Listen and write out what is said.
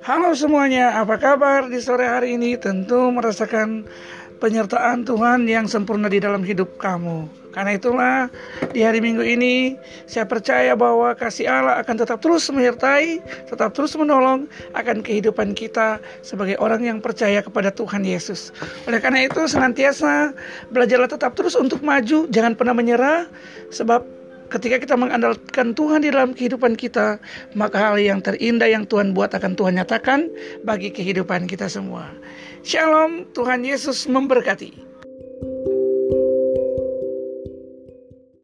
Halo semuanya, apa kabar di sore hari ini? Tentu merasakan penyertaan Tuhan yang sempurna di dalam hidup kamu. Karena itulah di hari Minggu ini saya percaya bahwa kasih Allah akan tetap terus menyertai, tetap terus menolong akan kehidupan kita sebagai orang yang percaya kepada Tuhan Yesus. Oleh karena itu senantiasa belajarlah tetap terus untuk maju, jangan pernah menyerah, sebab ketika kita mengandalkan Tuhan di dalam kehidupan kita, maka hal yang terindah yang Tuhan buat akan Tuhan nyatakan bagi kehidupan kita semua. Shalom, Tuhan Yesus memberkati.